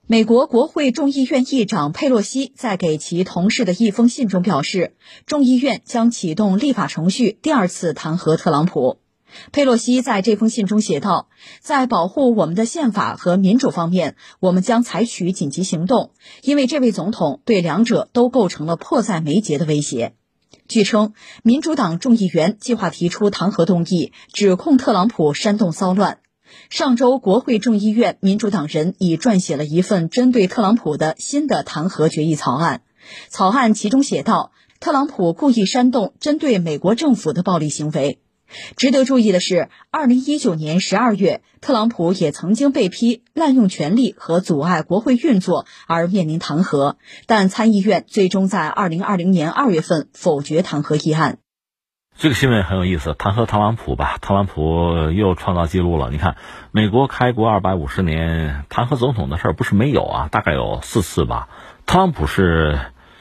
美国国会众议院议长佩洛西在给其同事的一封信中表示，众议院将启动立法程序，第二次弹劾特朗普。佩洛西在这封信中写道，在保护我们的宪法和民主方面，我们将采取紧急行动，因为这位总统对两者都构成了迫在眉睫的威胁。据称，民主党众议员计划提出弹劾动议，指控特朗普煽动骚乱。上周，国会众议院民主党人已撰写了一份针对特朗普的新的弹劾决议草案。草案其中写道，特朗普故意煽动针对美国政府的暴力行为。值得注意的是，2019年12月，特朗普也曾经被批滥用权力和阻碍国会运作而面临弹劾，但参议院最终在2020年2月份否决弹劾议案。 这个新闻很有意思，弹劾特朗普吧，特朗普又创造记录了。你看，美国开国250年，弹劾总统的事儿不是没有啊，大概有4次吧。特朗普是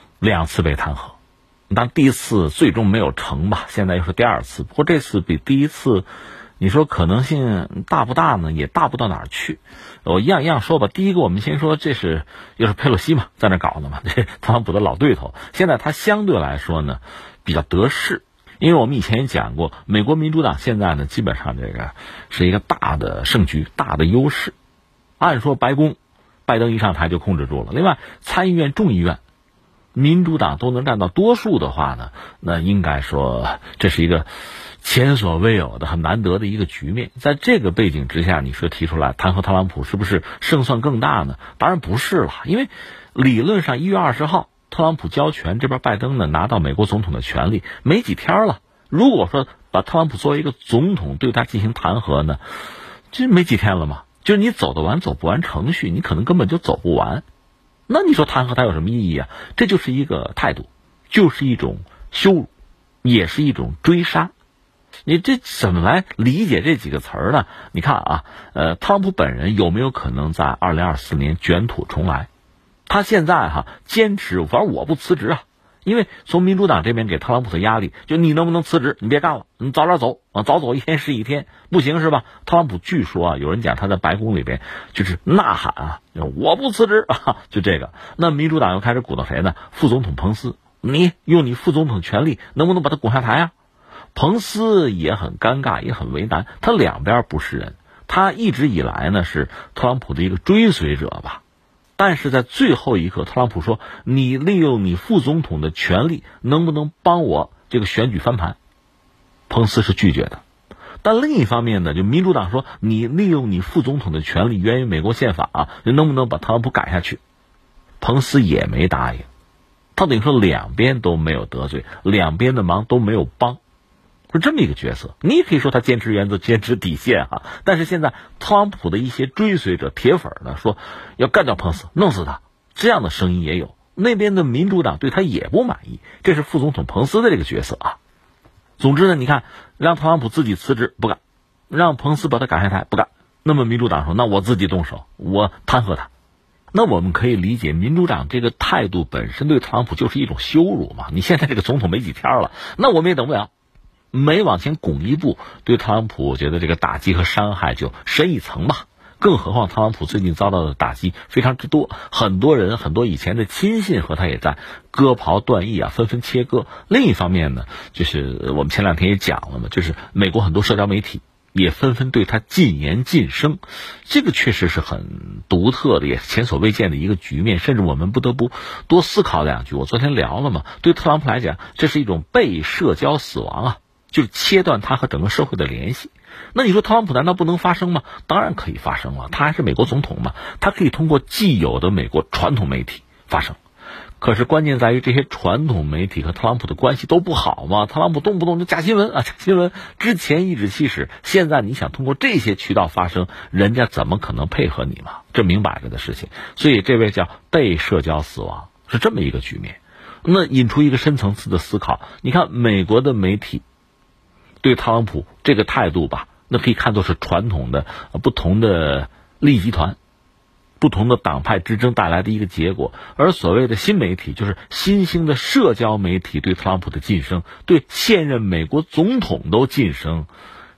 2次被弹劾，但第一次最终没有成吧，现在又是第二次。不过这次比第一次，你说可能性大不大呢？也大不到哪儿去。我一样说吧。第一个，我们先说，这是又是佩洛西嘛，在那搞的嘛，这特朗普的老对头。现在他相对来说呢，比较得势。因为我们以前也讲过，美国民主党现在呢，基本上这个是一个大的胜局、大的优势。按说白宫，拜登一上台就控制住了。另外，参议院、众议院，民主党都能占到多数的话呢，那应该说这是一个前所未有的、很难得的一个局面。在这个背景之下，你说提出来弹劾特朗普，是不是胜算更大呢？当然不是了，因为理论上1月20号。特朗普交权，这边拜登呢拿到美国总统的权利没几天了。如果说把特朗普作为一个总统对他进行弹劾呢，这没几天了嘛，就是你走得完走不完程序，你可能根本就走不完。那你说弹劾他有什么意义啊？这就是一个态度，就是一种羞辱，也是一种追杀。你这怎么来理解这几个词儿呢？你看啊，特朗普本人有没有可能在2024年卷土重来？他现在坚持，反正我不辞职啊，因为从民主党这边给特朗普的压力，就你能不能辞职？你别干了，你早点走啊，早走一天是一天，不行是吧？特朗普据说有人讲他在白宫里边就是呐喊啊，我不辞职啊，就这个。那民主党又开始鼓捣谁呢？副总统彭斯，你用你副总统权力能不能把他拱下台啊？彭斯也很尴尬，也很为难，他两边不是人，他一直以来呢是特朗普的一个追随者吧。但是在最后一刻，特朗普说：“你利用你副总统的权力，能不能帮我这个选举翻盘？”彭斯是拒绝的。但另一方面呢，就民主党说：“你利用你副总统的权利，源于美国宪法啊，能不能把特朗普赶下去？”彭斯也没答应。他等于说两边都没有得罪，两边的忙都没有帮。是这么一个角色，你也可以说他坚持原则、坚持底线哈。但是现在特朗普的一些追随者、铁粉呢，说要干掉彭斯，弄死他，这样的声音也有。那边的民主党对他也不满意，这是副总统彭斯的这个角色啊。总之呢，你看，让特朗普自己辞职不干，让彭斯把他赶下台不干。那么民主党说，那我自己动手，我弹劾他。那我们可以理解，民主党这个态度本身对特朗普就是一种羞辱嘛。你现在这个总统没几天了，那我们也等不了。每往前拱一步，对特朗普我觉得这个打击和伤害就深一层吧。更何况特朗普最近遭到的打击非常之多，很多人很多以前的亲信和他也在割袍断义啊，纷纷切割。另一方面呢，就是我们前两天也讲了嘛，就是美国很多社交媒体也纷纷对他禁言禁声，这个确实是很独特的，也是前所未见的一个局面，甚至我们不得不多思考两句。我昨天聊了嘛，对特朗普来讲，这是一种被社交死亡啊，就是切断他和整个社会的联系。那你说特朗普难道不能发声吗？当然可以发声了，他还是美国总统嘛，他可以通过既有的美国传统媒体发声。可是关键在于这些传统媒体和特朗普的关系都不好嘛，特朗普动不动就假新闻啊，假新闻之前颐指气使，现在你想通过这些渠道发声，人家怎么可能配合你嘛？这明摆着的事情。所以这位叫被社交死亡，是这么一个局面。那引出一个深层次的思考，你看美国的媒体对特朗普这个态度吧，那可以看作是传统的不同的利益集团、不同的党派之争带来的一个结果。而所谓的新媒体，就是新兴的社交媒体对特朗普的晋升，对现任美国总统都晋升，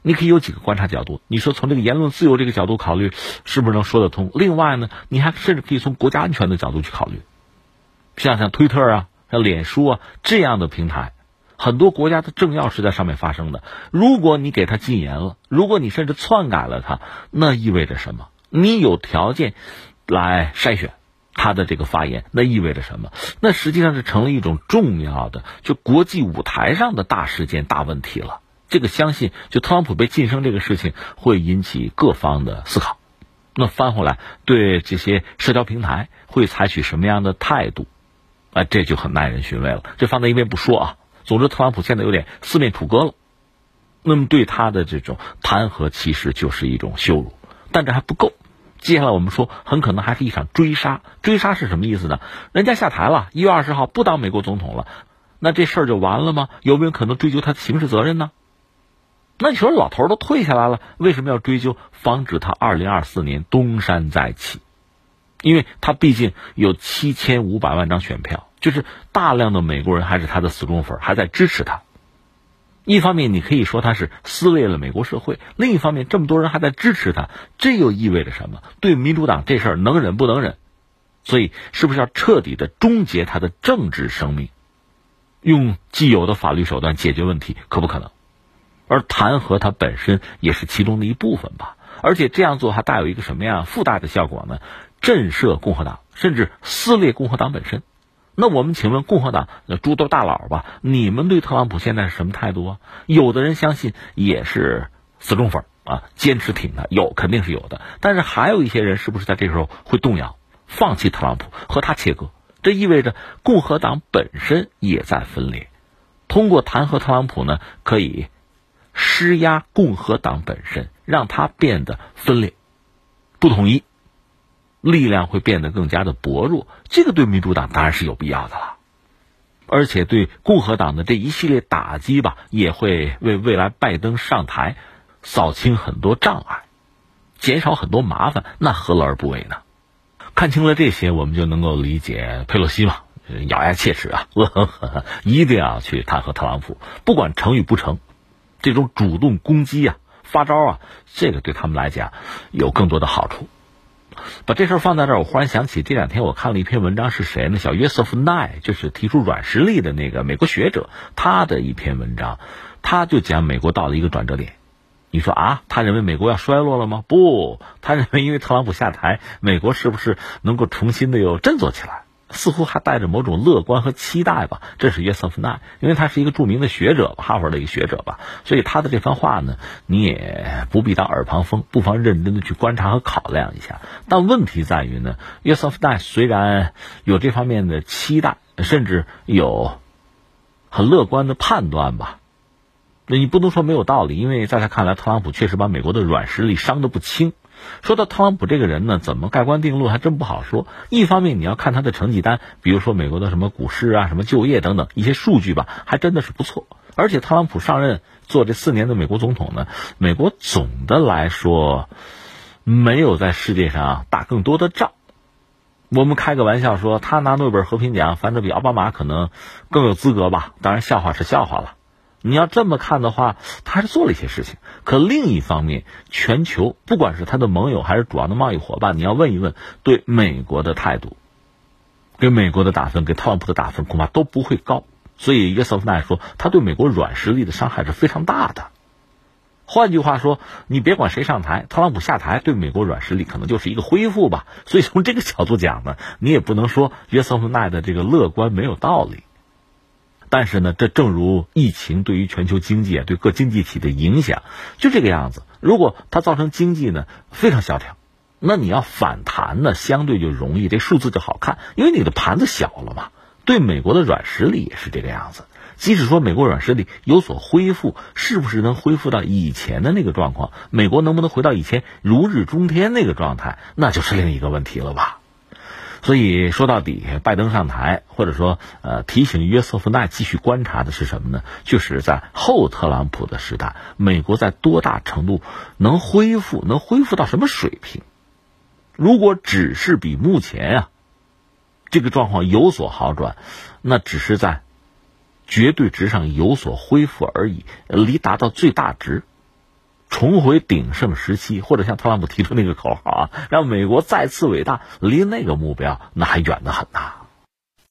你可以有几个观察角度，你说从这个言论自由这个角度考虑，是不是能说得通？另外呢，你还甚至可以从国家安全的角度去考虑。像推特啊，像脸书啊这样的平台，很多国家的政要是在上面发生的。如果你给他禁言了，如果你甚至篡改了他，那意味着什么？你有条件来筛选他的这个发言，那意味着什么？那实际上是成了一种重要的就国际舞台上的大事件、大问题了。这个相信就特朗普被晋升这个事情会引起各方的思考。那翻回来，对这些社交平台会采取什么样的态度？这就很耐人寻味了。这放在一边不说啊。总之，特朗普现在有点四面楚歌了。那么对他的这种弹劾其实就是一种羞辱，但这还不够。接下来我们说，很可能还是一场追杀。追杀是什么意思呢？人家下台了，1月20号不当美国总统了，那这事儿就完了吗？有没有可能追究他的刑事责任呢？那你说老头都退下来了，为什么要追究？防止他2024年东山再起。因为他毕竟有7500万张选票，就是大量的美国人还是他的死忠粉，还在支持他。一方面你可以说他是撕裂了美国社会，另一方面这么多人还在支持他，这又意味着什么？对民主党这事儿能忍不能忍？所以是不是要彻底的终结他的政治生命？用既有的法律手段解决问题可不可能？而弹劾他本身也是其中的一部分吧。而且这样做还带有一个什么样附带的效果呢？震慑共和党，甚至撕裂共和党本身。那我们请问共和党诸多大佬吧，你们对特朗普现在是什么态度啊？有的人相信也是死忠粉啊，坚持挺他，肯定是有的。但是还有一些人是不是在这时候会动摇，放弃特朗普，和他切割？这意味着共和党本身也在分裂。通过弹劾特朗普呢，可以施压共和党本身，让它变得分裂、不统一，力量会变得更加的薄弱。这个对民主党当然是有必要的了，而且对共和党的这一系列打击吧，也会为未来拜登上台扫清很多障碍，减少很多麻烦，那何乐而不为呢？看清了这些，我们就能够理解佩洛西嘛，咬牙切齿啊，恶狠狠，一定要去弹劾特朗普，不管成与不成，这种主动攻击啊、发招啊，这个对他们来讲有更多的好处。把这事儿放在这儿，我忽然想起这两天我看了一篇文章，是谁呢？小约瑟夫奈，就是提出软实力的那个美国学者，他的一篇文章，他就讲美国到了一个转折点。你说啊，他认为美国要衰落了吗？不，他认为因为特朗普下台，美国是不是能够重新的又振作起来？似乎还带着某种乐观和期待吧。这是约瑟夫奈，因为他是一个著名的学者，哈佛的一个学者吧，所以他的这番话呢，你也不必当耳旁风，不妨认真的去观察和考量一下。但问题在于呢，约瑟夫奈虽然有这方面的期待，甚至有很乐观的判断吧，那你不能说没有道理，因为在他看来，特朗普确实把美国的软实力伤得不轻。说到特朗普这个人呢，怎么盖棺定论还真不好说。一方面你要看他的成绩单，比如说美国的什么股市啊、什么就业等等一些数据吧，还真的是不错。而且特朗普上任做这4年的美国总统呢，美国总的来说没有在世界上打更多的仗。我们开个玩笑说，他拿诺贝尔和平奖，反正比奥巴马可能更有资格吧。当然笑话是笑话了。你要这么看的话，他还是做了一些事情。可另一方面，全球不管是他的盟友还是主要的贸易伙伴，你要问一问对美国的态度，给美国的打分，给特朗普的打分恐怕都不会高。所以约瑟夫奈说，他对美国软实力的伤害是非常大的。换句话说，你别管谁上台，特朗普下台对美国软实力可能就是一个恢复吧。所以从这个角度讲呢，你也不能说约瑟夫奈的这个乐观没有道理。但是呢，这正如疫情对于全球经济对各经济体的影响就这个样子。如果它造成经济呢非常萧条，那你要反弹呢相对就容易，这数字就好看，因为你的盘子小了嘛。对美国的软实力也是这个样子。即使说美国软实力有所恢复，是不是能恢复到以前的那个状况？美国能不能回到以前如日中天那个状态，那就是另一个问题了吧。所以说到底，拜登上台，或者说提醒约瑟夫奈继续观察的是什么呢？就是在后特朗普的时代，美国在多大程度能恢复到什么水平？如果只是比目前这个状况有所好转，那只是在绝对值上有所恢复而已，离达到最大值重回鼎盛时期，或者像特朗普提出那个口号啊，让美国再次伟大，离那个目标那还远得很呐。